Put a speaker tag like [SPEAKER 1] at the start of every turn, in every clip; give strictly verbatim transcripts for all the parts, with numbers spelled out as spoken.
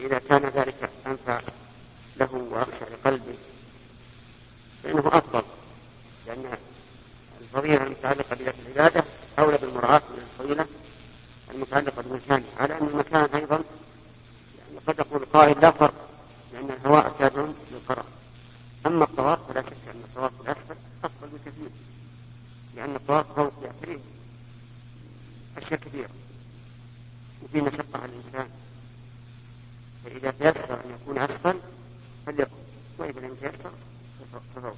[SPEAKER 1] فإذا كان ذلك أنفع له وأخشى لقلبه فإنه أفضل، لأن الفضيلة المتعلقة بذات العبادة أولى بالمراعاة من الفضيلة المتعلقة بالمكان، على أن المكان أيضا يعني قد يقول قائل لا فرق لأن الهواء تابع للقرار. أما الطواف فلا شك أن الطواف الأسفل أفضل بكثير، لأن الطواف فوق يأتيه أشياء كثيرة وفي مشقة على الإنسان، فإذا تيسر أن يكون أسفل فليكن، وإذا لم يتيسر ففوق.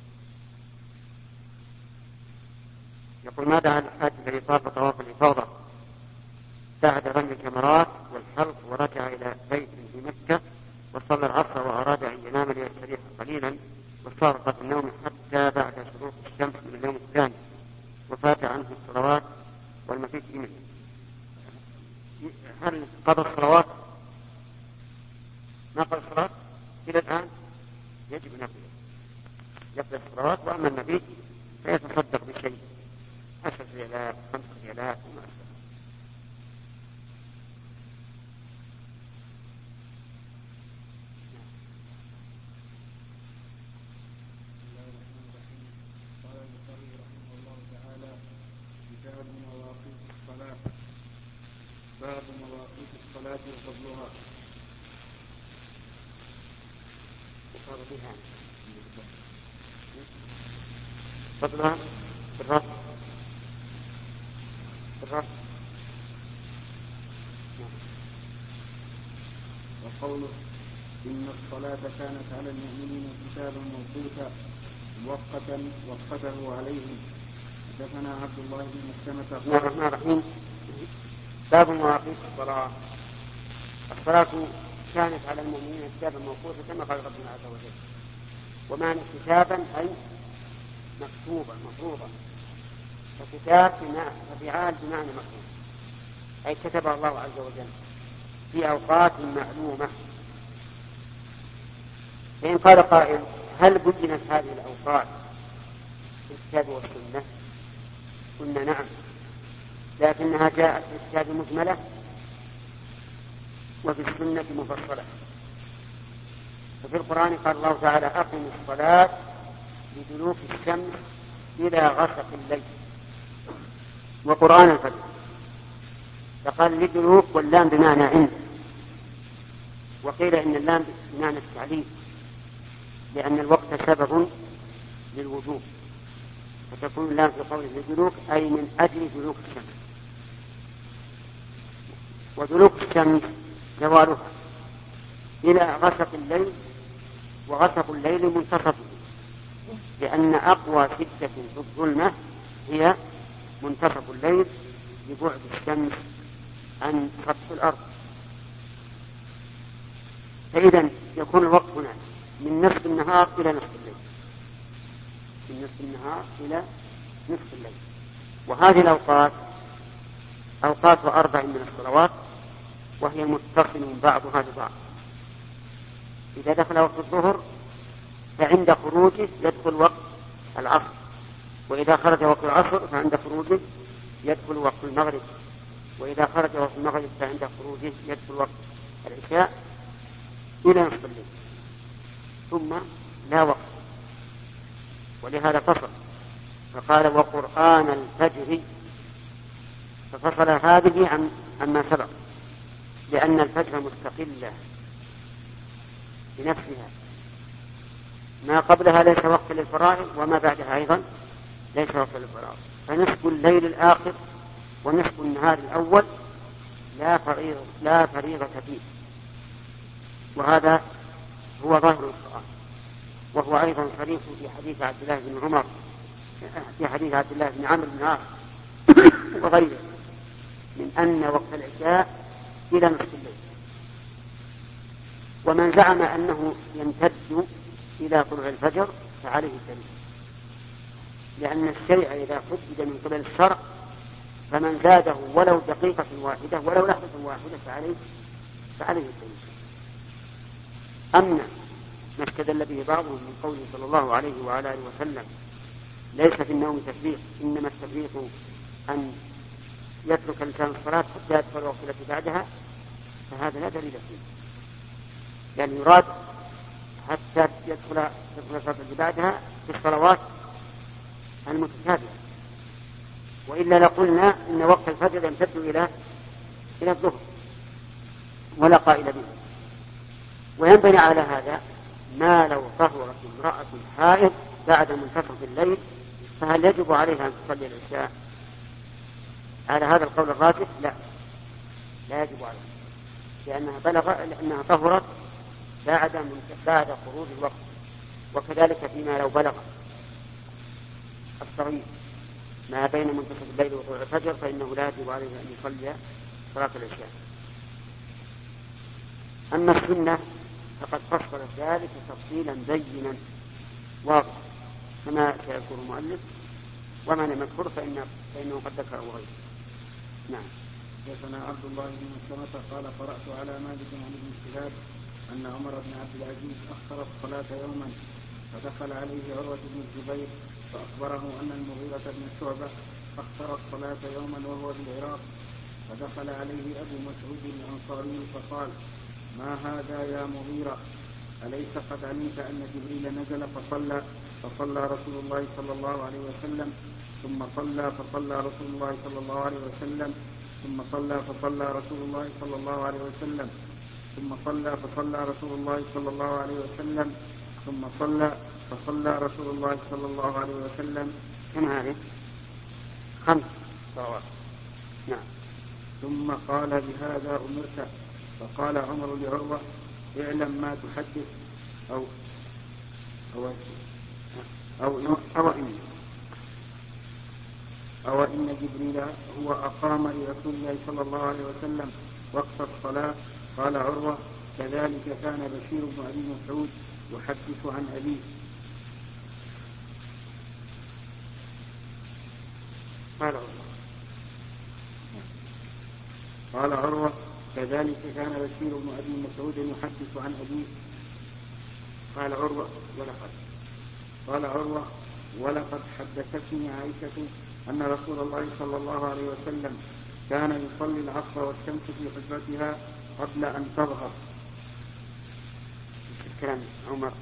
[SPEAKER 1] يقول ماذا عن الحاج الذي طاف طواف الإفاضة بعد رمي الجمرات والحلق ورجع إلى بيت في مكة وصلى العصر وأراد أن ينام ليستريح قليلا وصار النوم حتى بعد شروق الشمس من اليوم الثاني وفات عنه الصلوات والمفيد منه، هل قضى الصلوات؟ ما قضى الصلاة إلى الآن؟ يجب نقضي يقضي الصلوات، وأما المفيد فيتصدق بشيء عشر ريالات خمس ريالات وما أشبه.
[SPEAKER 2] باب مواقيت الصلاة وفضلها.
[SPEAKER 1] فضلها بالرفع بالرفع
[SPEAKER 2] وقوله إن الصلاة كانت على المؤمنين كتابا موقوتا موقتا وقته عليهم. حدثنا عبد الله بن مسلمة.
[SPEAKER 1] بسم الله الرحمن الرحيم. باب مواقيت الصلاة. الصلاة كانت على المؤمنين كتابا موقوتا كما قال ربنا عز وجل، ومعنى كتابا أي مكتوبا مفروضا، فكتاب ففعال بمعنى مكتوب، أي كتب الله عز وجل في أوقات معلومة. فإن قال قائل هل بينت هذه الأوقات في الكتاب والسنة؟ قلنا نعم، لكنها جاءت في الكتاب مجملة وفي السنة مفصلة. ففي القرآن قال الله تعالى أقم الصلاة لدلوك الشمس إلى غسق الليل وقرآن الفجر، فقال لدلوك واللام بمعنى عند، وقيل إن اللام بمعنى التعليل لأن الوقت سبب للوجوب، فتكون اللام في قوله لدلوك أي من أجل دلوك الشمس. ودلوك الشمس زوالها إلى غسق الليل، وغسق الليل منتصفه، لأن أقوى شدة في الظلمة هي منتصف الليل لبعد الشمس عن سطح الأرض. فإذا يكون الوقت هنا من نصف النهار إلى نصف الليل، من نصف النهار إلى نصف الليل. وهذه الأوقات أوقات أربع من الصلوات، وهي متصل بعضها ببعض. إذا دخل وقت الظهر فعند خروجه يدخل وقت العصر، وإذا خرج وقت العصر فعند خروجه يدخل وقت المغرب، وإذا خرج وقت المغرب فعند خروجه يدخل وقت العشاء إلى نصف الليل، ثم لا وقت. ولهذا فصل فقال وقرآن الفجر، ففصل هذه عن عما سبق، لأن الفجر مستقلة بنفسها، ما قبلها ليس وقت للفرائض وما بعدها أيضا ليس وقت للفرائض. فنصف الليل الآخر ونصف النهار الأول لا فريضة لا فريضة فيه، وهذا هو ظاهر القرآن، وهو أيضا صريح في حديث عبد الله بن عمر في حديث عبد الله بن عمرو بن العاص وغيره من أن وقت العشاء إلى نصف الليل. ومن زعم أنه يمتد إلى طلوع الفجر فعليه الدليل، لأن الشيء إذا حدد من قبل الشرع فمن زاده ولو دقيقة واحدة ولو لحظة واحدة فعليه فعليه الدليل. أما ما استدل به بعضهم من قوله صلى الله عليه وعلى آله وسلم ليس في النوم تفريط، إنما التفريط أن يترك الإنسان الصلاة حتى يدخل الوقت التي بعدها، فهذا لا دليل فيه، يعني يراد حتى يدخل تدخل الفترة اللي بعدها في الصلوات المتتابعة، وإلا لقلنا إن وقت الفجر يمتد إلى إلى الظهر ولا قائل به. وينبني على هذا ما لو طهرت امرأة حائض بعد منتصف الليل فهل يجب عليها أن تصلي العشاء؟ على هذا القول الراجح لا، لا يجب عليها، لأنها بلغ لأنها طهرت بعد بعد خروج الوقت. وكذلك فيما لو بلغ الصغير ما بين منتصف الليل وطلوع الفجر فإنه لا يجب عليه أن يصلي صلاة العشاء. أما السنة فقد فصل ذلك تفصيلا بينا واضحا كما سيذكر المؤلف، وما لم يذكر فإن فإنه قد ذكره غيره. نعم.
[SPEAKER 2] حدثنا عبد الله بن مسلمة قال قرأت على مالك عن ابن شهاب أن عمر بن عبد العزيز أخر الصلاة يوما فدخل عليه عروة بن الزبير فأخبره أن المغيرة بن شعبة أخر الصلاة يوما وهو بالعراق، فدخل عليه أبو مسعود الأنصاري فقال: ما هذا يا مغيرة؟ أليس قد علمت أن جبريل نزل فصلى فصلى رسول الله صلى الله عليه وسلم ثم صلى فصلى رسول الله صلى الله عليه وسلم ثم صلى فصلى رسول الله صلى الله عليه وسلم ثم صلى فصلى رسول الله صلى الله عليه وسلم ثم صلى فصلى رسول الله صلى الله عليه وسلم.
[SPEAKER 1] كم هذه؟ خمس صلوات.
[SPEAKER 2] نعم. ثم قال: بهذا أمرت. فقال عمر لعروة: اعلم ما تحدث أو أو أو إن, أو إن, أو إن جبريل هو أقام لرسول الله صلى الله عليه وسلم وقت الصلاة. قال عروة: كذلك كان بشير بن أبي مسعود يحدث عن أبيه.
[SPEAKER 1] قال عروة
[SPEAKER 2] قال عروة: كذلك كان بشير بن أبي مسعود يحدث عن أبيه.
[SPEAKER 1] قال عروة ولقد
[SPEAKER 2] قال عروة ولقد حدثتني عائشة أن رسول الله صلى الله عليه وسلم كان يصلي العصر والشمس في حجرتها قبل أن تظهر.
[SPEAKER 1] كلام عمر.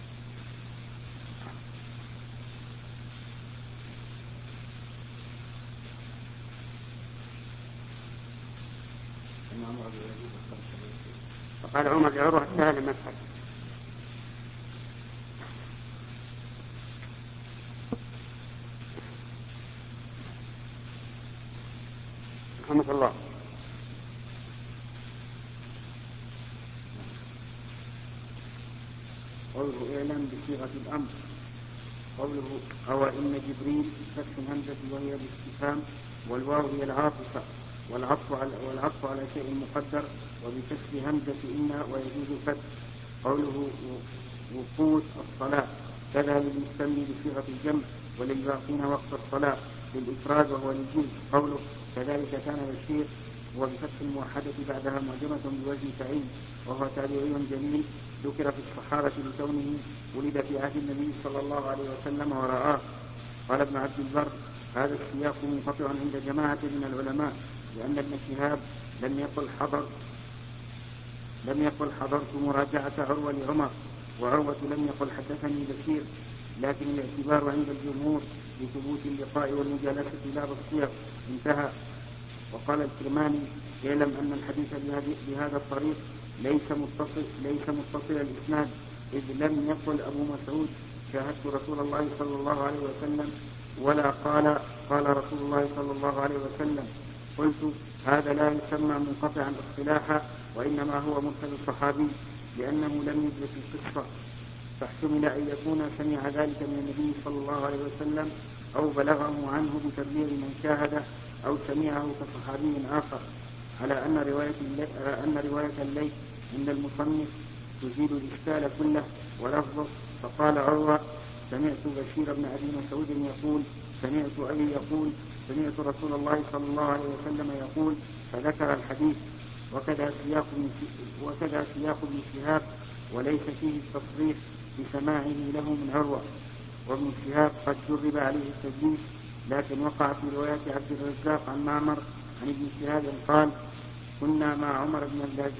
[SPEAKER 1] فقال عمر لعروة: هذا لم يفعل. رحمة الله.
[SPEAKER 2] قوله اعلم بصيغة الأمر. قوله أو إن جبريل فتح الهمزة وهي بالاستفهام والواو هي العاطفة والعطف على, والعطف على شيء مقدر وبكسر همزة إن ويجوز فتح. قوله وقوت الصلاة كذا للمستمر بصيغة الجمع وللباقين وقت الصلاة للإفراد وهو للجنس. قوله كذلك كان بشير وبفتح الموحدة بعدها معجمة بوجه تعين وهو تابعي جليل ذكر في الصحابة لكونه ولد في عهد النبي صلى الله عليه وسلم ورآه. قال ابن عبد البر: هذا السياق منقطع عند جماعة من العلماء لأن ابن شهاب لم يقل حضر لم يقل حضرت مراجعة عروة لعمر، وعروة لم يقل حدثني بشير، لكن الاعتبار عند الجمهور بثبوت اللقاء والمجالسة لا بالصيغ. انتهى. وقال الكرماني: يعلم أن الحديث بهذا الطريق ليس متصل ليس متصل الإسناد، إذ لم يقل أبو مسعود شاهدت رسول الله صلى الله عليه وسلم ولا قال قال رسول الله صلى الله عليه وسلم. قلت: هذا لا يسمى منقطعا اصطلاحا، وإنما هو مرسل الصحابي لأنه لم يدرك القصة، فاحتمل أن يكون سمع ذلك من النبي صلى الله عليه وسلم أو بلغه عنه بتبليغ من شاهده أو سمعه كصحابي آخر، على أن رواية على أن رواية الليث عند المصنف تزيل الإشكال كله ولفظه. فقال عروة: سمعت بشير بن أبي مسعود يقول سمعت أبي يقول سمعت رسول الله صلى الله عليه وسلم يقول، فذكر الحديث. وكذا سياق وكذا سياق ابن شهاب وليس فيه التصريح بسماعه له من عروة. وابن شهاب قد جرب عليه التدليس، لكن وقع في رواية عبد الرزاق عن معمر عن ابن شهاب قال: كنا مع عمر بن عبد العزيز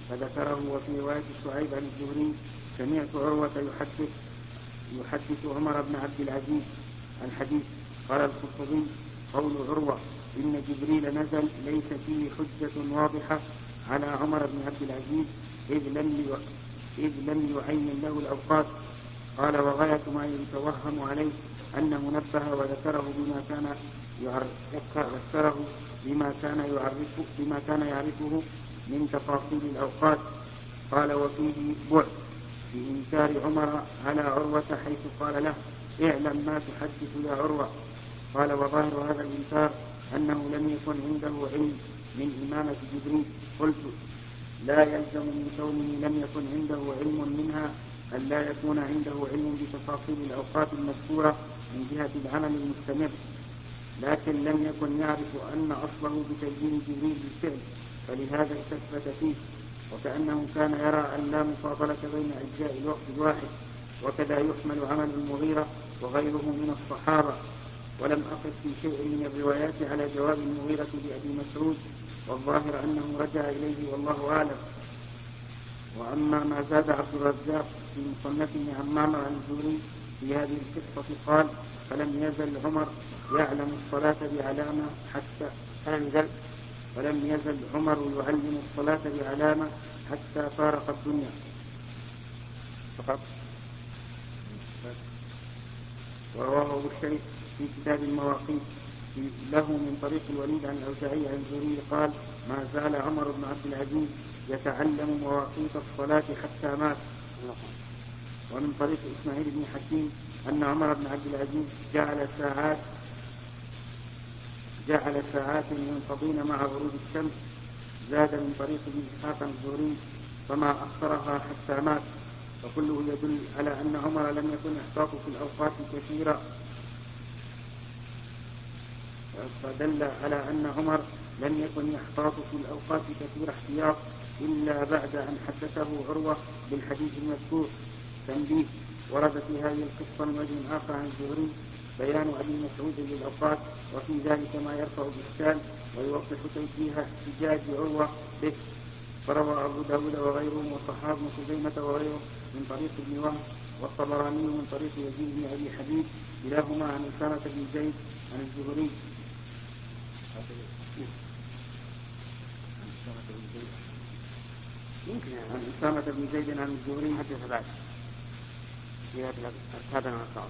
[SPEAKER 2] فذكره. وفي رواية شعيب عن الزهري سمعت عروة يحدث يحدث عمر بن عبد العزيز الحديث. قال القرطبي قول عروة إن جبريل نزل ليس فيه حجة واضحة على عمر بن عبد العزيز إذ لم إذ لم يعين له الأوقات. قال وغاية ما يتوهم عليه أنه نبه وذكره بما كان يذكره بما كان يعرفه بما كان يعرفه من تفاصيل الأوقات. قال وفيه بعد بإنكار عمر على عروة حيث قال له اعلم ما تحدث يا عروة. قال وظاهر هذا الإنكار أنه لم يكن عنده علم من إمامة جبريل. قلت لا يلزم من كونه لم يكن عنده علم منها أن لا يكون عنده علم بتفاصيل الأوقات المذكورة من جهة العمل المستمر، لكن لم يكن يعرف أن أصله بتسجيل جبريل بالفعل فلهذا استثبت فيه، وكأنه كان يرى أن لا مفاضلة بين أجزاء الوقت الواحد. وكذا يحمل عمل المغيرة وغيره من الصحابة. ولم أقف في شيء من الروايات على جواب المغيرة لأبي مسعود، والظاهر أنه رجع إليه والله أعلم. وأما ما زاد عبد الرزاق في مصنفه عن معمر عن الزهري في هذه القصة قال فلم يزل عمر يعلم الصلاة بعلامة حتى
[SPEAKER 1] فلم يزل
[SPEAKER 2] فلم يزل عمر يعلم الصلاة بعلامة حتى فارق الدنيا فقط. ورواه أبو الشريف في كتاب المواقيت له من طريق الوليد عن الأوزاعي عن الزهري قال ما زال عمر بن عبد العزيز يتعلم مواقيت الصلاة حتى مات. ومن طريق إسماعيل بن حكيم أن عمر بن عبد العزيز جعل ساعات جعل ساعات ينقضين مع غروب الشمس. زاد من طريق ابن إسحاق الزهري فما أخرها حتى مات. فكله يدل على أن عمر لم يكن يحتاط في الأوقات كثيرا فدل على أن عمر لم يكن يحتاط في الأوقات كثير احتياط إلا بعد أن حدثه عروة بالحديث المذكور. تنبيه ورد في هذه القصة من وجه آخر عن الزهري بيان أبي مسعود للأوقات وفي ذلك ما يرفع الإشكال ويوضح توجيه احتجاج عروة به. فروى أبو داود وغيره وصحاب ابن خزيمة وغيره من طريق ابن وهب والطبراني من طريق يزيد بن أبي حبيب كلاهما عن أسامة بن زيد عن الزهري
[SPEAKER 1] يمكن
[SPEAKER 2] عن أسامة بن زيد عن الزهري
[SPEAKER 1] حدث بعد في هذا الأرتاب والأرتاب.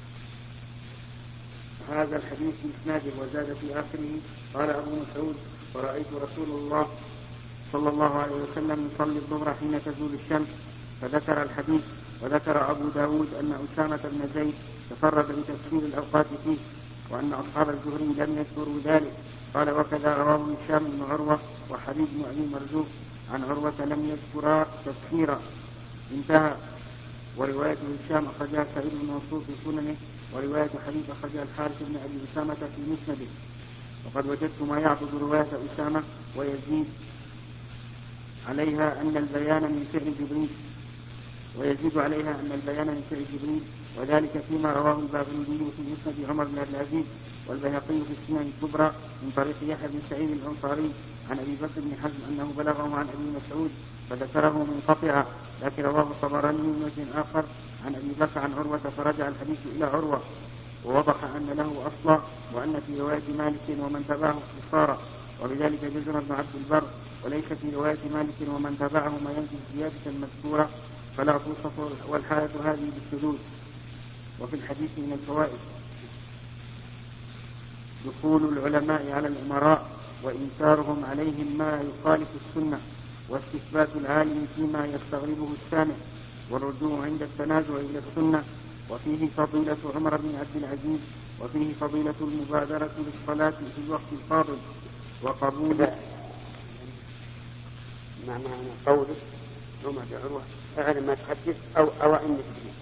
[SPEAKER 2] هذا الحديث في إسناده وزاد في آخره قال أبو مسعود ورأيت رسول الله صلى الله عليه وسلم يصلي الظهر حين تزول الشمس فذكر الحديث. وذكر أبو داود أن أسامة بن زيد تفرد بتفسير الأوقات فيه وأن أصحاب الزهري لم يذكروا ذلك. قال وكذا رواه هشام بن عروة وحبيب بن أبي مرزوق عن عروة لم يذكرا تفسيرا. انتهى. ورواية هشام أخرجها سعيد بن منصور في سننه ورواية حبيب أخرجها الحارث بن أبي أسامة في مسنده. وقد وجدت ما يعضد رواية أسامة ويزيد عليها أن البيان من فعل جبريل ويزيد عليها أن البيان من فعل جبريل وذلك فيما رواه الباغندي في مسند عمر بن عبد العزيز والبيهقي في السنن الكبرى من طريق يحيى بن سعيد الأنصاري عن أبي بكر بن حزم أنه بلغه عن أبي مسعود فذكره منقطعا، لكن رواه الطبراني من وجه آخر عن أبي بكر عن عروة فرجع الحديث إلى عروة ووضح أن له أصلا وأن في رواية مالك ومن تبعه اختصارا، وبذلك جزم ابن عبد البر وليس في رواية مالك ومن تبعه ما ينفي الزيادة المذكورة فلا توصف والحالة هذه بالشذوذ. وفي الحديث من الفوائد دخول العلماء على الأمراء وإنكارهم عليهم ما يخالف السنة واستثبات العالم فيما يستغربه السامع والرجوع عند التنازع إلى السنة. وفيه فضيلة عمر بن عبد العزيز وفيه فضيلة المبادرة للصلاة في الوقت الفاضل وقبول
[SPEAKER 1] معنى قوله عمر بن عروة أعلم ما تحدث أو أو إن تدري.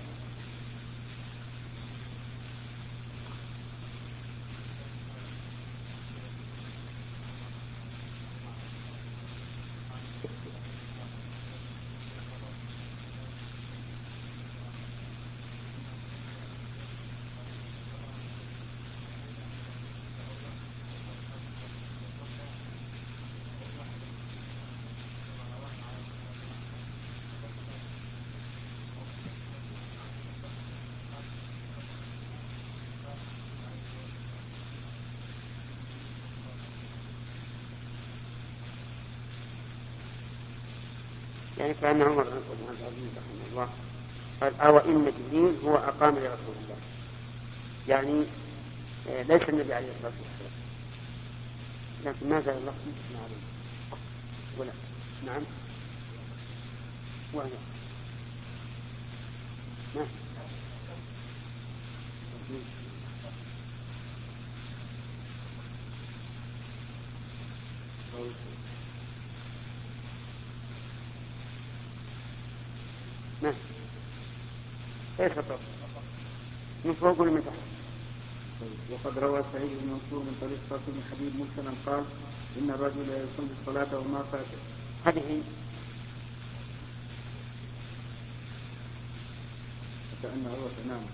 [SPEAKER 1] يعني كأن عمر بن عبد العزيز رحمه الله قال أو إن جبريل هو أقام لرسول الله، يعني ليس النبي عليه الصلاة والسلام، لكن ما زال الله يجب عليه ولا نعم ولا نعم نعم ليس طب من فوق ولا من تحت.
[SPEAKER 2] وقد روى سعيد بن منصور من طريق صافي بن حبيب مرسلا قال إن الرجل لا يصلي الصلاة وما فاته.
[SPEAKER 1] هذه
[SPEAKER 2] فكأن عروة نعم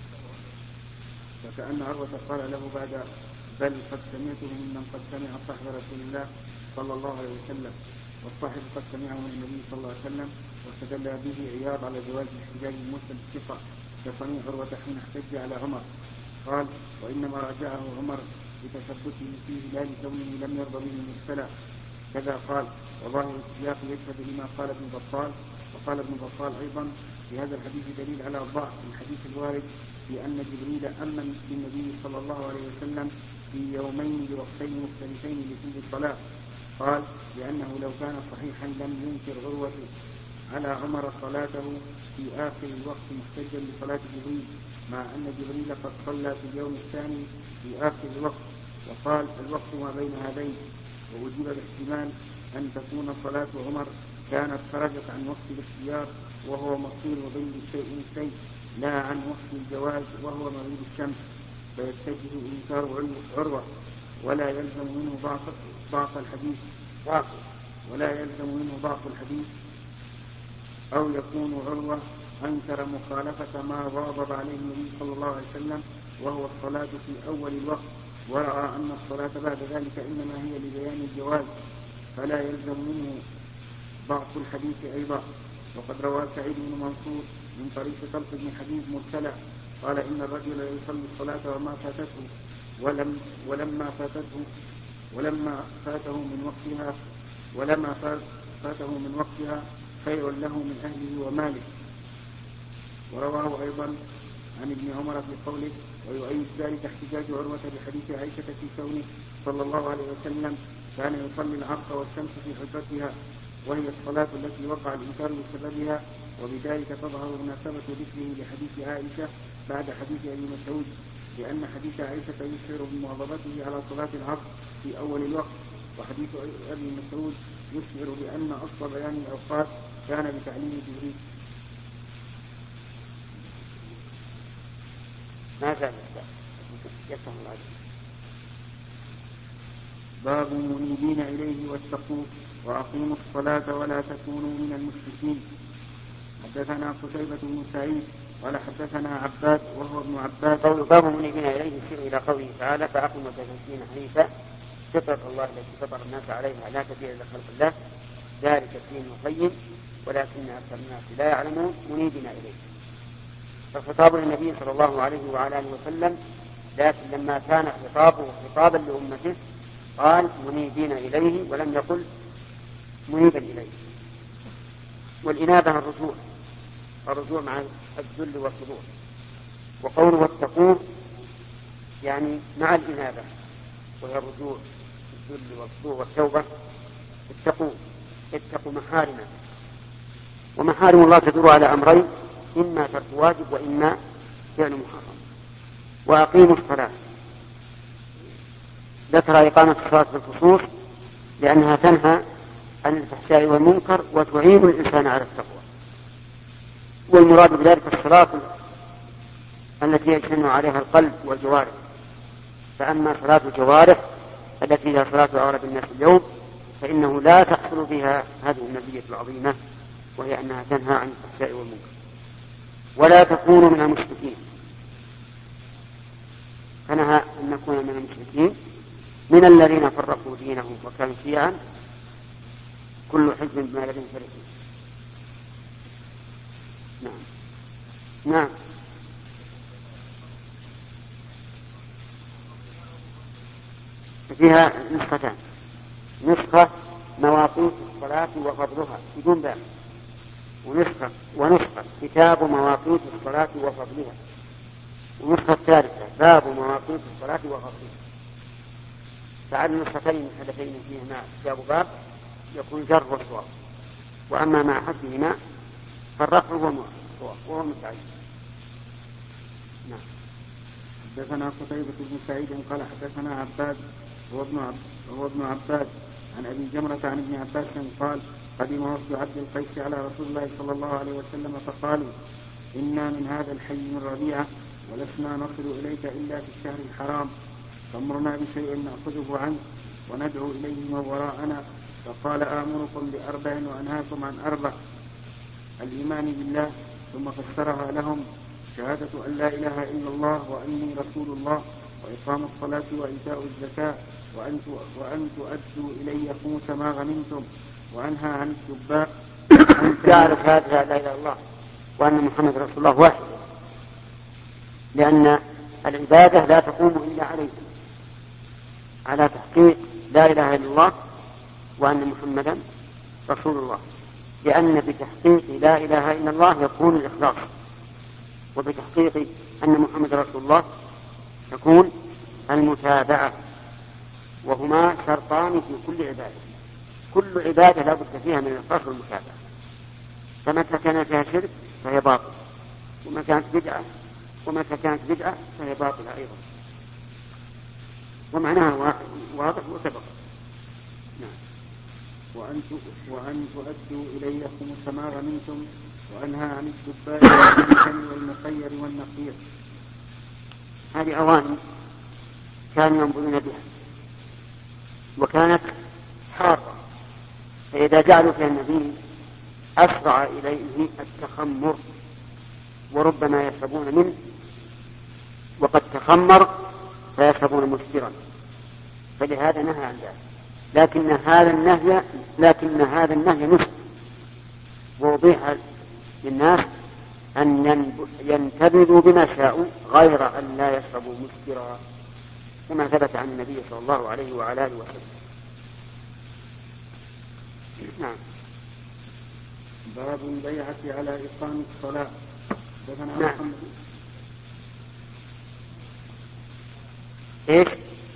[SPEAKER 2] فكأن عروة قال له بعد بل قد سمعته ممن قد سمع صاحب رسول الله صلى الله عليه وسلم، والصاحب قد سمعه من النبي صلى الله عليه وسلم، واستدل به عياض على جواز الاحتجاج المرسل الثقة كصنيع عروة حين احتج على عمر قال وإنما راجعه عمر لتثبته فيه لا لكونه لم يرضى به مرسلا. كذا قال وظاهر السياق يشهد لما قال ابن بطال. وقال ابن بطال أيضا في هذا الحديث دليل على ضعف الحديث الوارد في أن جبريل أمن بالنبي صلى الله عليه وسلم في يومين بوقتين مختلفين لكل صلاة. قال لأنه لو كان صحيحا لم ينكر عروة على عمر صلاته في آخر الوقت محتجا لصلاة جبريل، مع أن جبريل قد صلى في اليوم الثاني في آخر الوقت، وقال الوقت ما بين هذين. ووجب الاحتمال أن تكون صلاة عمر كانت خرجت عن وقت الاختيار وهو مصير بين الشيء شيء لا عن وقت الجواز وهو مغيب الشمس، فيتجه إنكار عروة ولا يلزم منه ضعف ضعف الحديث ولا يلزم منه ضعف الحديث أو يكون عروة أنكر مخالفة ما واظب عليه النبي صلى الله عليه وسلم وهو الصلاة في أول الوقت، ورأى أن الصلاة بعد ذلك إنما هي لبيان الجواز، فلا يلزم منه ضعف الحديث أيضا. وقد روى سعيد بن منصور من طريق طلق بن حبيب مرسلا قال إن الرجل يصلي الصلاة وما فاتته ولم ولما فاتته ولما فاته من وقتها ولما فاته من وقتها خير له من أهله وماله. ورواه أيضا عن ابن عمر في قوله ويؤيد ذلك احتجاج عروة بحديث عائشة في كونه صلى الله عليه وسلم كان يصلي العصر والشمس في حجرتها، وهي الصلاة التي وقع الإنكار بسببها، وبذلك تظهر مناسبة ذكره لحديث عائشة بعد حديث أبي مسعود، لأن حديث عائشة يشعر بمواظبته على صلاة العصر في أول الوقت، وحديث أبي مسعود يشعر بأن أصل بيان الأوقات كان بتعليم جبريل.
[SPEAKER 1] ما زال يفتح الله.
[SPEAKER 2] باب منيبين إليه واتقوه وأقيموا الصلاة ولا تكونوا من المشركين. حدثنا قتيبة بن سعيد قال حدثنا عباد وهو ابن عباد.
[SPEAKER 1] قول باب منيبين إليه يشير إلى قوله تعالى فأقم وجهك الدين حنيفا فطرة الله التي فطر الناس عليها لا تبديل لخلق الله ذلك الدين القيم ولكن أكثر الناس لا يعلمون منيبين إليه. فالخطاب للنبي صلى الله عليه وعلى آله وسلم، لكن لما كان خطابه خطابا لأمته قال منيبين إليه ولم يقل منيبا إليه. والإنابة الرجوع الرجوع مع الذل والخضوع. وقوله واتقوه يعني مع الإنابة وهي الرجوع الذل والخضوع والتوبة. اتقوا اتقوا محارمه، ومحارم الله تدور على أمرين إما ترك واجب وإما فعل محرم. وأقيموا الصلاة ذكر إقامة الصلاة بالخصوص لأنها تنهى عن الفحشاء والمنكر وتعين الإنسان على التقوى، والمراد بذلك الصلاة التي يجتمع عليها القلب والجوارح. فأما صلاة الجوارح التي هي صلاة أغلب الناس اليوم فإنه لا تحصل بها هذه المزية العظيمة، وهي أنها تنهى عن الفحشاء والمنكر. ولا تكونوا من المشركين، فنهى أن نكون من المشركين من الذين فرقوا دينهم وكانوا شيعا كل حزب بما لديهم فرحون. نعم نعم فيها نسختان، نسخة مواقيت الصلاة وفضلها بدون باب، ونسخة ونسخة كتاب مواقيت الصلاة وفضلها، ونسخة الثالثة باب مواقيت الصلاة وفضلها. فعلى النسختين اللتين فيهما كتاب باب يكون جر وصواب، وأما مع حذفهما فالرفع هو الصواب وهو المتعين.
[SPEAKER 2] نعم. حدثنا قتيبة بن سعيد قال حدثنا عباد هو ابن عب... هو ابن عباد عن أبي جمرة عن ابن عباس قال قدم وفد عبد القيس على رسول الله صلى الله عليه وسلم فقالوا إنا من هذا الحي من ربيعة ولسنا نصل إليك إلا في الشهر الحرام، فامرنا بشيء نأخذه عنك وندعو إليه من وراءنا. فقال آمركم بأربع وأنهاكم عن أربع: الإيمان بالله، ثم فسرها لهم: شهادة أن لا إله إلا الله وأني رسول الله، وإقام الصلاة وإيتاء الزكاة، وأن وأن تؤدوا إلي خمس ما غنمتم، وأنهى عن السباء.
[SPEAKER 1] تعرف هذا لا إله إلا الله وأن محمد رسول الله واحد، لأن العبادة لا تقوم إلا عليه، على تحقيق لا إله إلا الله وأن محمدا رسول الله، لأن بتحقيق لا إله إلا الله يكون الإخلاص، وبتحقيق أن محمد رسول الله تكون المتابعة، وهما شرطان في كل عبادة. كل عبادة لا بد فيها من الإخلاص والمتابعة، فمتى كان فيها شرك فهي باطل، ومتى كانت بدعة ومتى كانت بدعة فهي باطلة أيضا، ومعناها واضح وسبق.
[SPEAKER 2] نعم. وأن وأن تؤدوا إلي خمس ما غنمتم، وأنهى عن الدباء والمنكر والمخير والنقير.
[SPEAKER 1] هذه أواني كانوا ينظرون بها، وكانت حارة، فإذا جعلوا فيها النبي أسرع إليه التخمر، وربما يشربون منه وقد تخمر فيشربون مسكرا، فلهذا نهى عن ذلك. لكن هذا النهي لكن هذا النهي نسخ، وأبيح للناس أن ينتبذوا بما شاءوا غير أن لا يشربوا مسكرا، كما ثبت عن النبي صلى الله عليه وعلى آله وسلم. نعم.
[SPEAKER 2] باب البيعة على إقام الصلاة.
[SPEAKER 1] نعم. إيش؟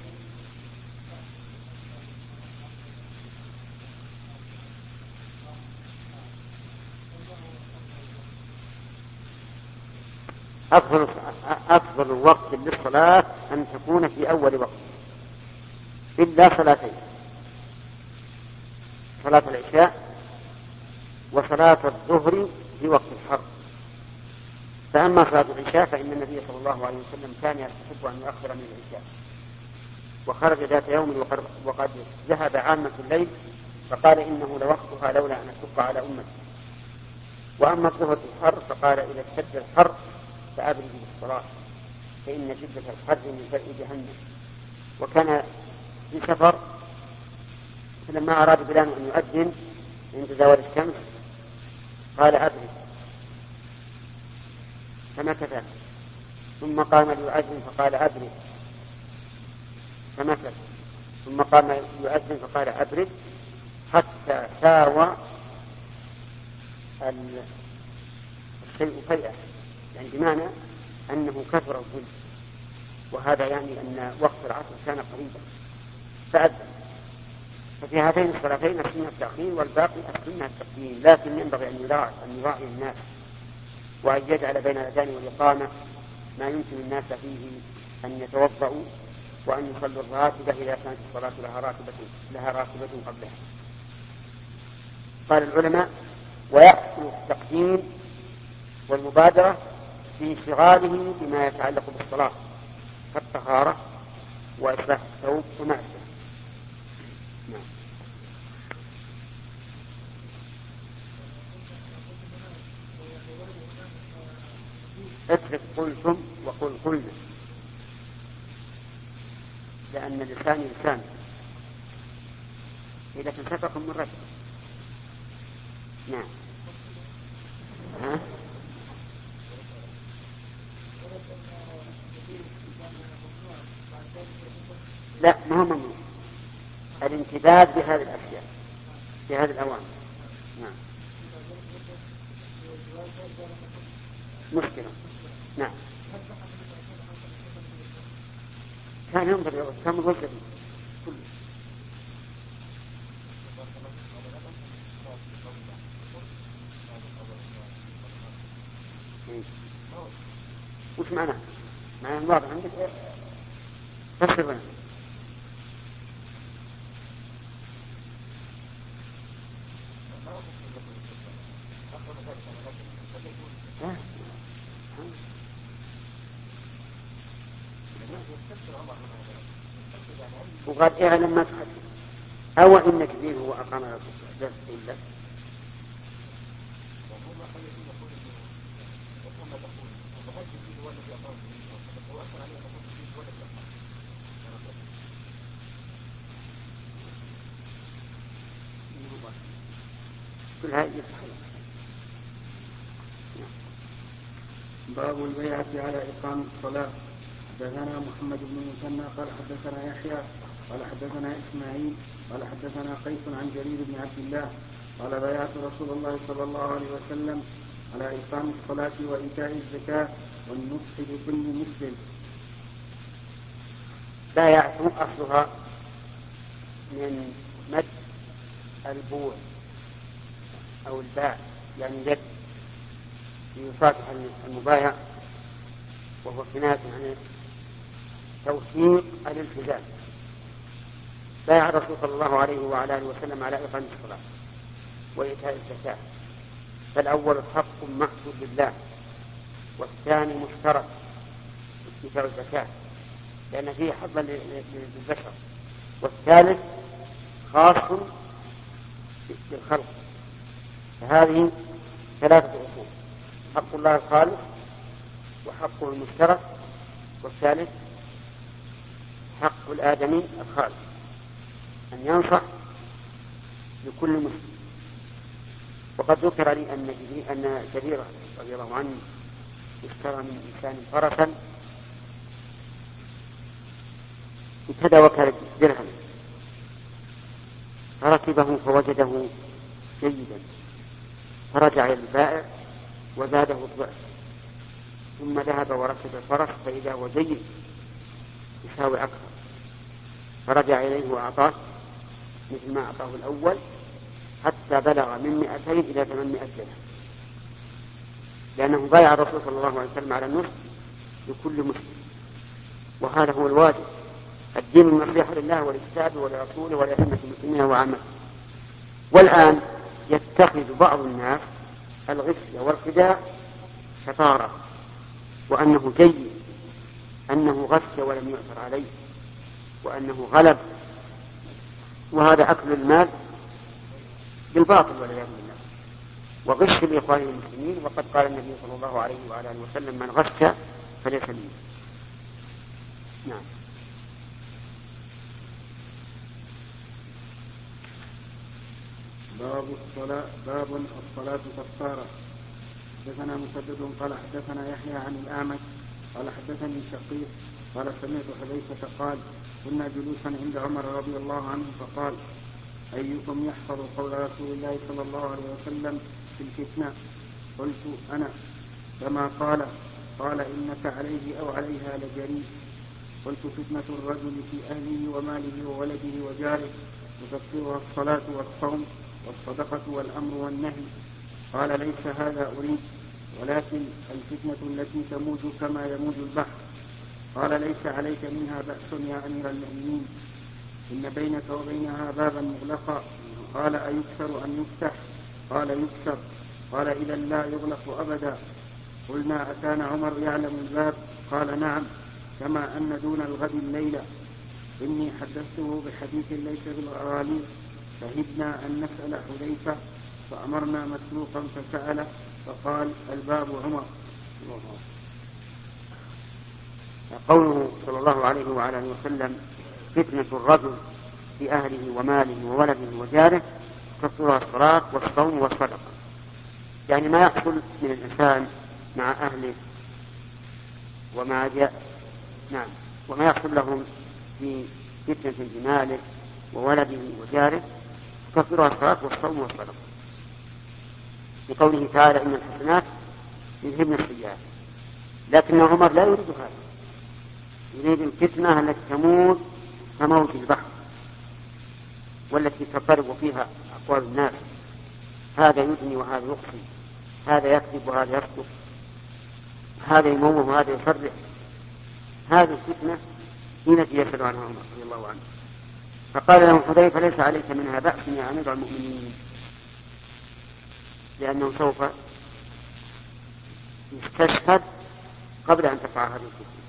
[SPEAKER 1] أفضل أفضل وقت للصلاة أن تكون في أول وقت، إلا صلاتين: صلاة العشاء وصلاة الظهر في وقت الحر. فأما صلاة العشاء فإن النبي صلى الله عليه وسلم كان يستحب أن يؤخر من العشاء، وخرج ذات يوم وقد ذهب عامة الليل فقال إنه لوقتها لولا أن أشق على أمتي. وأما الظهر في الحر فقال إذا اشتد الحر فأبرد بالصلاة فإن شدة الحر من فيء جهنم. وكان في سفر، فلما أراد بلال أن يؤذن عند زوال الشمس قال أبرد، فمكث، ثم قام ليؤذن فقال أبرد، فمكث، ثم قام ليؤذن فقال أبرد، حتى ساوى الشيء فيئة، يعني بمعنى أنه كثر الظل، وهذا يعني أن وقت العصر كان قريبا فأذن. ففي هاتين الصلاتين السنة التأخير والباقي السنة التقديم، لكن ينبغي أن يراعي أن يراعي الناس وأن يجعل بين الأذان والإقامة ما يمكن الناس فيه أن يتوضأوا وأن يصلوا الراتبة إذا كانت الصلاة لها راتبة لها راتبة قبلها. قال العلماء: ويحصل التقديم والمبادرة في انشغاله بما يتعلق بالصلاة كالطهارة وإصلاح الثوب وما أشبه. نعم. اترك قلتم وقل قلنا، لأن اللسان لسان، إذا تنسفكم من رجل. نعم. ها؟ لا، ما هو ممنوع الانتباه بهذه الأشياء في هذه الأوامر. نعم. مشكلة. نعم. كان ينظر كم الوزن كله. وش معناه؟ معناه الواضح عندك فسر لنا. وقال اعلم ما تحدث أو إن جبريل هو أقام درس لك. كل هذه
[SPEAKER 2] باب البيعة على إقام الصلاة. حدثنا محمد بن المثنى قال حدثنا يحيى قال حدثنا إسماعيل قال حدثنا قيس عن جرير بن عبد الله قال بايعت رسول الله صلى الله عليه وسلم على إقام الصلاة وإيتاء الزكاة والنصح لكل مسلم.
[SPEAKER 1] بايعت أصلها من مد البوع أو الباع، يعني يد ليصافح المبايع، وهو كناية عن توثيق الالتزام. بايع الرسول صلى الله عليه وعلى اله وسلم على إقام الصلاة وإيتاء الزكاة، فالأول حق محسوب لله، والثاني مشترك إيتاء الزكاة لأن فيه حظا للبشر، والثالث خاص بالخلق. فهذه ثلاثة أصول: حق الله الخالص، وحقه المشترك، والثالث حق الآدمي الخالص أن ينصح لكل مسلم. وقد ذكر لي أن أن جرير رضي الله عنه اشترى من إنسان فرسا بكذا وكذا درهم، فركبه فوجده جيدا، فرجع إلى البائع وزاده الضعف، ثم ذهب وركب الفرس فإذا هو جيد يساوي أكثر، فرجع إليه وأعطاه مثل ما أعطاه الأول حتى بلغ من مئتين إلى ثمانمائة درهم، لأنه بايع الرسول صلى الله عليه وسلم على النصح لكل مسلم، وهذا هو الواجب. الدين النصيحة لله ولكتابه ولرسوله ولأئمة المسلمين وعامته. والآن يتخذ بعض الناس الغش والخداع شطارة، وأنه جيد، أنه غش ولم يؤثر عليه، وأنه غلب، وهذا أكل المال بالباطل والعياذ بالله، وغش لإخوان المسلمين. وقد قال النبي صلى الله عليه وعلى آله وسلم: من غش فليس مني. نعم.
[SPEAKER 2] باب الصلاة باب الصلاة كفارة. حدثنا مسدد قال حدثنا يحيى عن الأعمش قال حدثني شقيق قال سمعت حذيفة قال: كنا جلوسا عند عمر رضي الله عنه فقال: أيكم يحفظ قول رسول الله صلى الله عليه وسلم في الفتنة؟ قلت: أنا. كما قال. قال: إنك عليه أو عليها لجريء. قلت: فتنة الرجل في أهله وماله وولده وجاره تكفرها الصلاة والصوم والصدقة والأمر والنهي. قال: ليس هذا أريد، ولكن الفتنة التي تموج كما يموج البحر. قال: ليس عليك منها بأس يا أمير المؤمنين، إن بينك وبينها بابا مغلقا. قال: أيكسر أن يفتح؟ قال: يكسر. قال: إذا لا يغلق أبدا. قلنا: أكان عمر يعلم الباب؟ قال: نعم، كما أن دون الغد الليلة. إني حدثته بحديث ليس بالغرالي، فهبنا أن نسأل حذيفة فأمرنا مسروقا فسأله فقال: الباب عمر.
[SPEAKER 1] قوله صلى الله عليه وعلى اله وسلم: فتنة الرجل في أهله وماله وولده وجاره تكفرها الصلاة والصوم والصدقة، يعني ما يحصل من الإنسان مع أهله وما جاء نعم وما يحصل لهم في فتنة بماله وولده وجاره تكفرها الصلاة والصوم والصدقة، لقوله تعالى: إن الحسنات يذهبن السيئات، لكن عمر لا يريد هذا، يريد الفتنة التي تموت كموت البحر والتي تضطرب فيها أقوال الناس، هذا يدني وهذا يقسم، هذا يكذب وهذا يصدق، هذا يموه وهذا يصرح. هذه الفتنة هي التي يسأل عنها عمر رضي الله عنه. فقال له حذيفة ليس عليك منها بأس يا أمير المؤمنين، لأنه سوف يستشهد قبل أن تقع هذه الفتنة،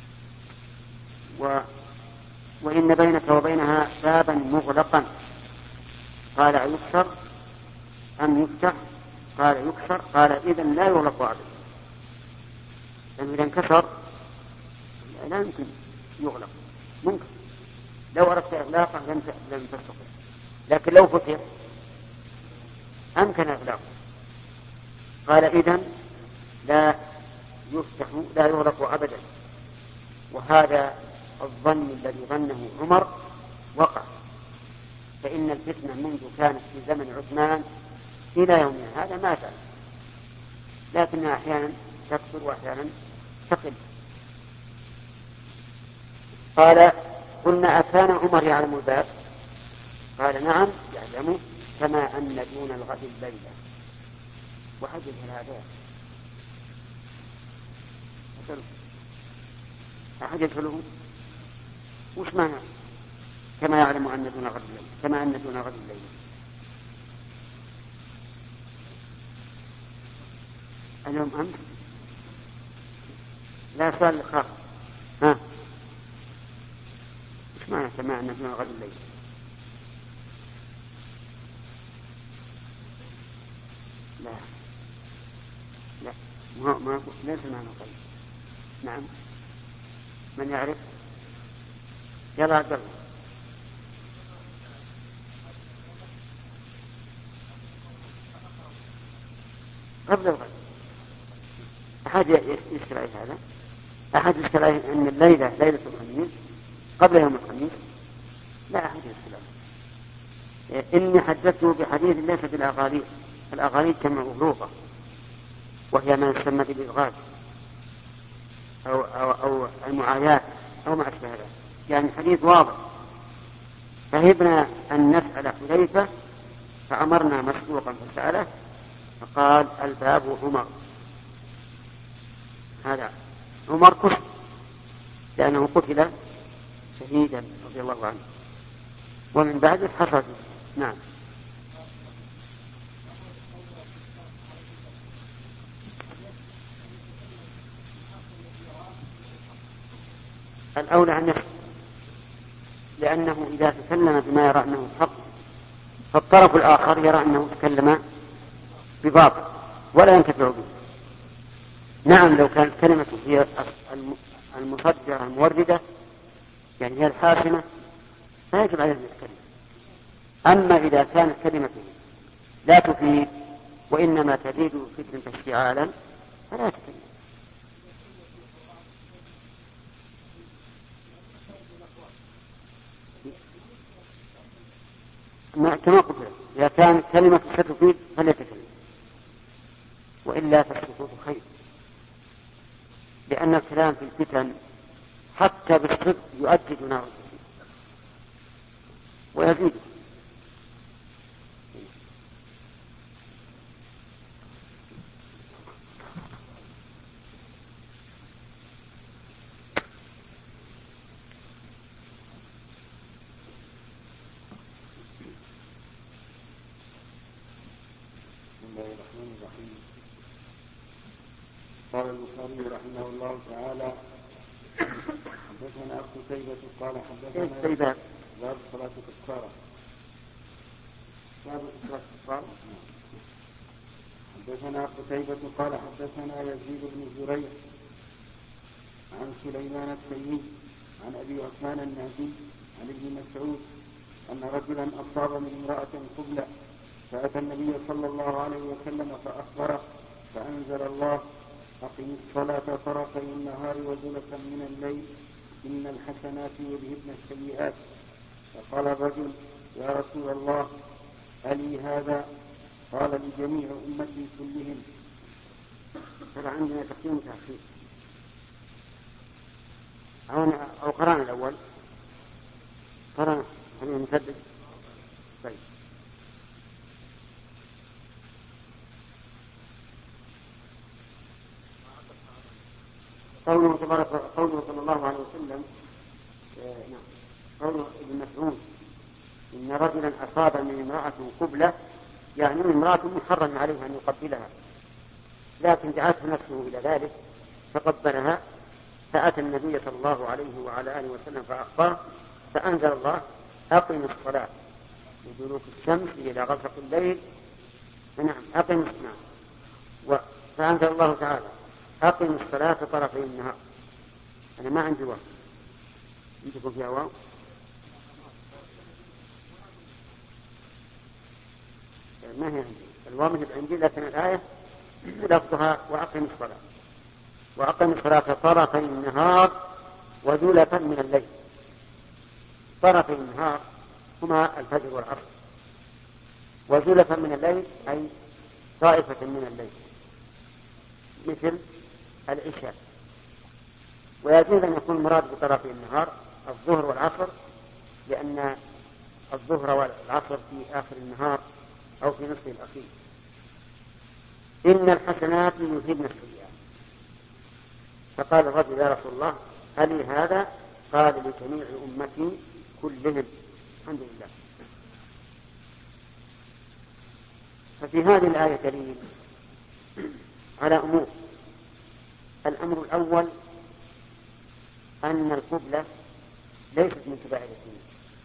[SPEAKER 1] و... وإن بينك وبينها بابا مغلقا. قال أيكسر أم يفتح؟ قال يكسر. قال إذن لا يغلق أبدا، لأنه إذا انكسر لا يمكن يغلق، ممكن لو أردت إغلاقه لم تستطيع، لكن لو فتح أمكن إغلاقه. قال إذن لا يفتح لا يغلق أبدا. وهذا الظن الذي ظنه عمر وقع، فإن الفتنة منذ كانت في زمن عثمان إلى يومنا هذا ما زال، لكنها أحيانا تكثر وأحيانا تقل. قال قلنا أكان عمر يعلم الباب؟ قال نعم يعلمه، كما أن دون الغد الليلة. وحدث هذا أحد يسأله وش معنى كما يعلم أن دون غد الليل؟ كما أن دون غد الليل اليوم أمس لا سؤال خاص. ها وش معنى كما أن دون غد الليل؟ لا لا ما ما ليس معنى قليل. نعم من يعرف؟ يلا عبد الله. قبل الغد. أحد يشكل عليه هذا؟ أحد يشكل عليه أن الليلة ليلة الخميس قبل يوم الخميس؟ لا أحد يشكل عليه. إني حدثته بحديث ليس بالأغاليط. الأغاليط جمع غلوطة، وهي ما يسمى بالإلغاز أو, أو, أو المعاياة أو ما أشبه ذلك، يعني حديث واضح. فهبنا أن نسأل حذيفة فأمرنا مسبوقا فسأله فقال الباب عمر. هذا عمر كفر لأنه قتل شهيدا رضي الله عنه، ومن بعد حصل. نعم الأولى أن يسكت، لأنه إذا تكلم بما يرى أنه حق فالطرف الآخر يرى أنه تكلم بباطل ولا ينتفع به. نعم لو كانت كلمته هي المصدرة الموردة يعني هي الحاسمة لا يجب عليه أن يتكلم. أما إذا كانت كلمته لا تفيد وإنما تزيد فتنة اشتعالا فلا يتكلم. كما قلت إذا كان كلمة ستفيد فليتكلم، وإلا فالسكوت خير، لأن الكلام في الفتن حتى بالصدق يؤجج نار الفتن ويزيد.
[SPEAKER 2] قال البخاري رحمه الله تعالى حدثنا قتيبة قال حدثنا باب صلاة الكفارة باب صلاة الكفارة حدثنا قتيبة قال حدثنا يزيد بن زريع عن سليمان التيمي عن أبي عثمان النهدي عن ابن مسعود أن رجلا أصاب من امرأة قبلة فأتى النبي صلى الله عليه وسلم فأخبره فأنزل الله أقم الصلاة طرفي النهار وزلفا من الليل إن الحسنات يذهبن السيئات. فقال الرجل يا رسول الله ألي هذا؟ قال لجميع أمتي كلهم.
[SPEAKER 1] ترى عندنا تقديم وتأخير أو أو قرانا الأول قرانا خلينا نسدد. طيب قوله تبارك قوله صلى الله عليه وسلم آه نعم قوله ابن مسعود إن رجلا أصاب من امرأة قبلة يعني امرأة محرم عليه أن يقبلها لكن دعته نفسه إلى ذلك فقبلها فأتى النبي صلى الله عليه وعلى آله وسلم فأخبره فأنزل الله أقم الصلاة لدلوك الشمس إلى غسق الليل نعم أقم الصلاة فأنزل الله تعالى أقم الصلاة طرفي النهار. أنا ما عندي واو عندكم فيها واو ما هي عندي الواو مهب عندي لكن الآية لفظها وأقم الصلاة وأقم الصلاة طرفي النهار وزلفا من الليل. طرفي النهار هما الفجر والعصر وزلفا من الليل أي طائفة من الليل مثل العشاء. ويجوز أن يكون المراد بطرفي النهار الظهر والعصر لأن الظهر والعصر في آخر النهار أو في نصف الأخير. إن الحسنات يذهبن السيئات فقال الرجل يا رسول الله هل هذا؟ قال لجميع أمتي كلهم. الحمد لله. ففي هذه الآية دليل على أمور. الأمر الأول أن القبلة ليست من كبائر الذنوب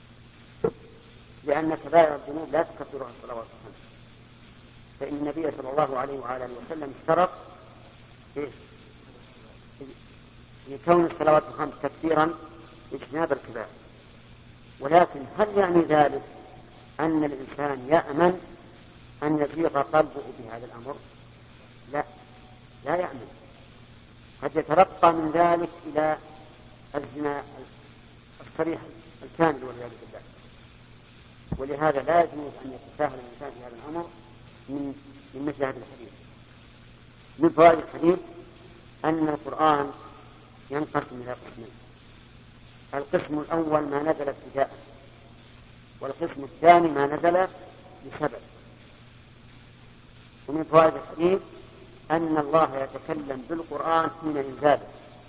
[SPEAKER 1] لأن كبائر الذنوب لا تكفرها الصلوات الخمس. فإن النبي صلى الله عليه وعلى آله وسلم اشترط لكون الصلوات الخمس تكفيرا اجتناب الكبائر. ولكن هل يعني ذلك أن الإنسان يأمن أن يزيغ قلبه بهذا الأمر؟ لا لا يأمن. قد يترقى من ذلك إلى الزنا الصريح الكامل والعياذ بالله. ولهذا لا يجوز أن يتساهل الإنسان في هذا الأمر من من مثل هذا الحديث. من فوائد الحديث أن القرآن ينقسم إلى قسمين. القسم الأول ما نزل ابتداء والقسم الثاني ما نزل بسبب. ومن فوائد الحديث أن الله يتكلم بالقرآن حين إنزاله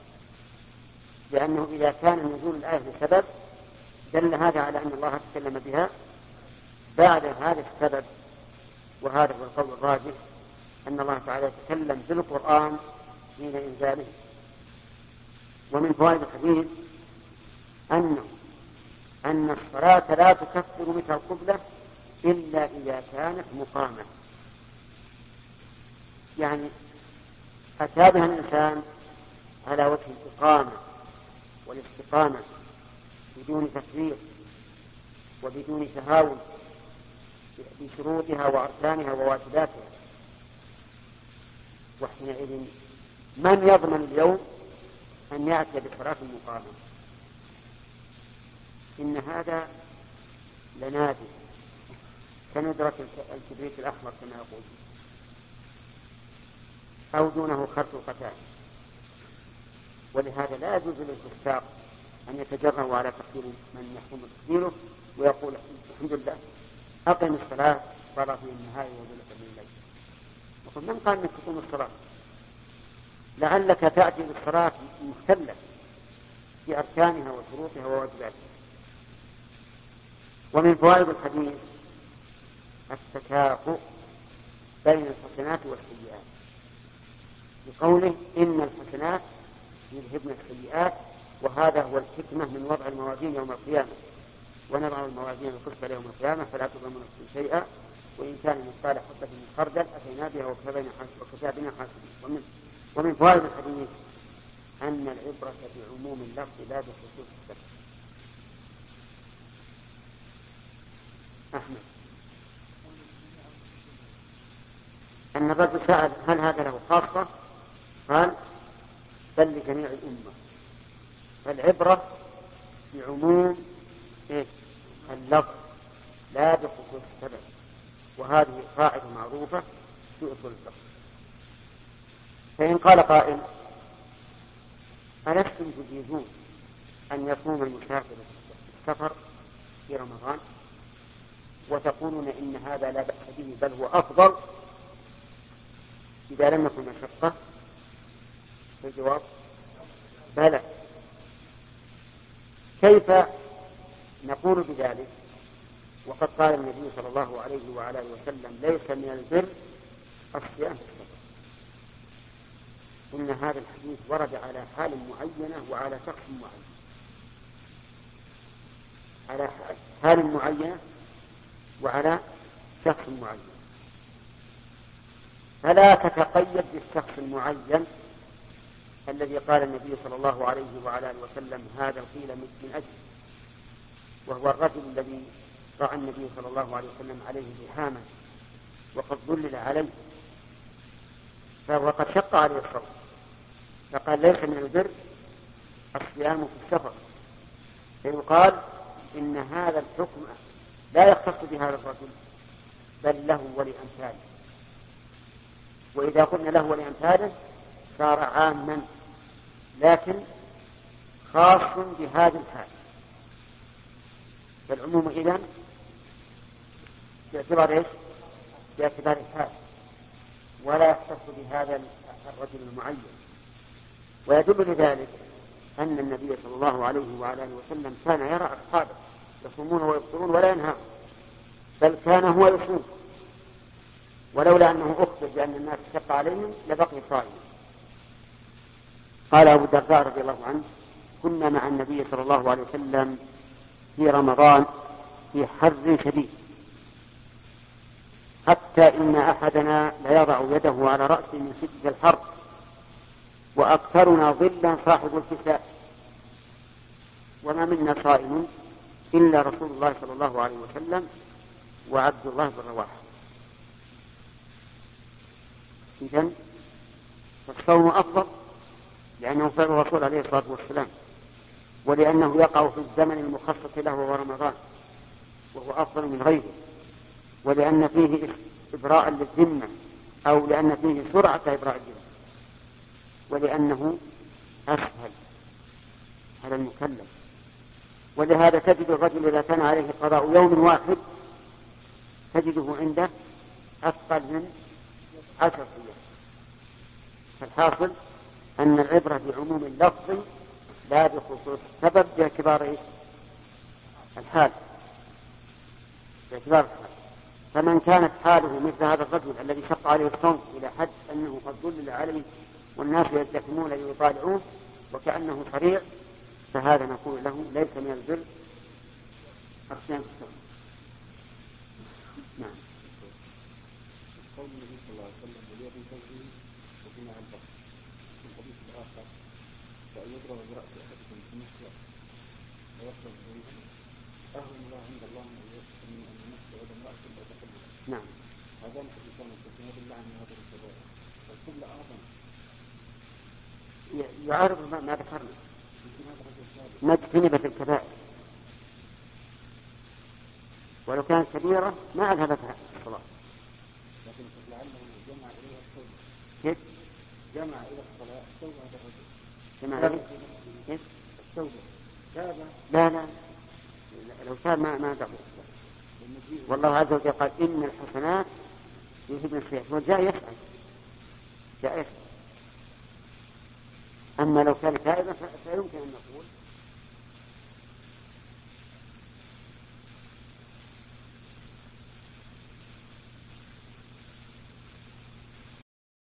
[SPEAKER 1] لأنه إذا كان نزول الآية بسبب دل هذا على أن الله تكلم بها بعد هذا السبب. وهذا هو القول الراجح أن الله تعالى يتكلم بالقرآن حين إنزاله. ومن فوائد الحديث أنه أن الصلاة لا تكفر مثل القبلة إلا إذا كانت مقامة. يعني أتى بها الإنسان على وجه الإقامة والاستقامة بدون تفريط وبدون تهاون بشروطها وأركانها وواجباتها. وحينئذ من يضمن اليوم أن يأتي بصلاة مقامة؟ إن هذا لنادر كندرة الكبريت الأحمر كما يقول أو دونه خرط القتال. ولهذا لا يجوز للفساق أن يتجرأوا على تقدير من يحكم تقديره ويقول الحمد لله أقم الصلاة طرفي النهار وزلفا من الليل. وقل من قال أنك تقوم الصلاة؟ لعلك تأتي بالصلاة مختلة في أركانها وشروطها وواجباتها. ومن فوائد الحديث التكافؤ بين الحسنات والسيئات بقوله إن الحسنات يذهبن السيئات. وهذا هو الحكمة من وضع الموازين يوم القيامة ونضع الموازين القسط يوم القيامة فلا تظلم نفس شيئا وإن كان مثقال حبة من خردل أتينا بها وكفى بنا حاسبين. ومن, ومن فوائد الحديث أن العبرة بعموم اللفظ لا بخصوص السبب. أحمد أن الرجل سأل هل هذا له خاصة؟ قال بل لجميع الأمة. فالعبرة بعموم إيه؟ اللفظ لا بخصوص السبب. وهذه قاعدة معروفة في أصول الفقه. فإن قال قائل ألستم تجيزون أن يصوم المسافر في السفر في رمضان وتقولون إن هذا لا بأس به بل هو أفضل إذا لم يكن مشقة؟ الجواب بلى. كيف نقول بذلك وقد قال النبي صلى الله عليه وعلى اله وسلم ليس من البر الصيام في السفر؟ إن هذا الحديث ورد على حال معينة وعلى شخص معين، على حال معينة وعلى شخص معين، فلا تتقيد بالشخص المعين الذي قال النبي صلى الله عليه وعلى اله وسلم هذا قيل من أجله، وهو الرجل الذي رأى النبي صلى الله عليه وسلم عليه زحاما وقد ظلل عليه وقد شق عليه الصوم، فقال ليس من البر الصيام في السفر، فيقال إن هذا الحكم لا يختص بهذا الرجل بل له ولأمثاله، وإذا قلنا له ولأمثاله صار عاما لكن خاص بهذه الحال، فالعموم إذن باعتبار إيش؟ باعتبار الحال ولا يختص بهذا الرجل المعين. ويدل لذلك أن النبي صلى الله عليه وعلى اله وسلم كان يرى أصحابه يصومون ويفطرون ولا ينهون، بل كان هو يصوم، ولولا أنه أخبر بأن الناس شق عليهم لبقي صائما. قال أبو الدرداء رضي الله عنه كنا مع النبي صلى الله عليه وسلم في رمضان في حر شديد حتى إن أحدنا ليضع يده على رأسه من شدة الحر، وأكثرنا ظلا صاحب الكساء، وما منا صائم إلا رسول الله صلى الله عليه وسلم وعبد الله بن رواحة. إذن فالصوم أفضل لأنه فعل الرسول عليه الصلاة والسلام، ولأنه يقع في الزمن المخصص له وهو رمضان وهو أفضل من غيره، ولأن فيه إبراء للذمة أو لأن فيه سرعة إبراء الذمة، ولأنه أسهل على المكلف. ولهذا تجد الرجل إذا كان عليه قضاء يوم واحد تجده عنده أثقل من عشر أيام. فالحاصل أن العبرة بعموم اللفظ لا بخصوص السبب باعتبار الحال باعتبار الحال. فمن كانت حاله مثل هذا الرجل الذي شق عليه الصوم إلى حد أنه قد ظلل عليه والناس يدكمون ليطالعوه وكأنه صريع، فهذا نقول له ليس من البر الصيام في السفر. نعم.
[SPEAKER 2] قول النبي صلى الله عليه وسلم وليكن فجره وفيما البحر في الحديث الآخر فأن يضرب برأس أحدكم في مسجد ويخرج بريئا أهون الله عند الله من يسكن من أن يمس يد امرأة لا تقبل.
[SPEAKER 1] نعم.
[SPEAKER 2] هذان حديثان يستثنى بالله عن هذا الكبائر، فالكل أعظم
[SPEAKER 1] يعارض ما ذكرنا ما اجتنبت الكبائر، ولو كانت كبيرة ما أذهبتها الصلاة.
[SPEAKER 2] لكن لعله جمع إليها التوبة.
[SPEAKER 1] كيف؟
[SPEAKER 2] جمع إلى الصلاة التوبة هذا الرجل.
[SPEAKER 1] جمع إليه كيف؟
[SPEAKER 2] التوبة. تاب.
[SPEAKER 1] لا لا لو تاب ما ما دعوا. والله عز وجل قال إن الحسنات يذهبن السيئات، وجاء يسعى جاء يسعى. أما لو كان تائبا فيمكن أن نقول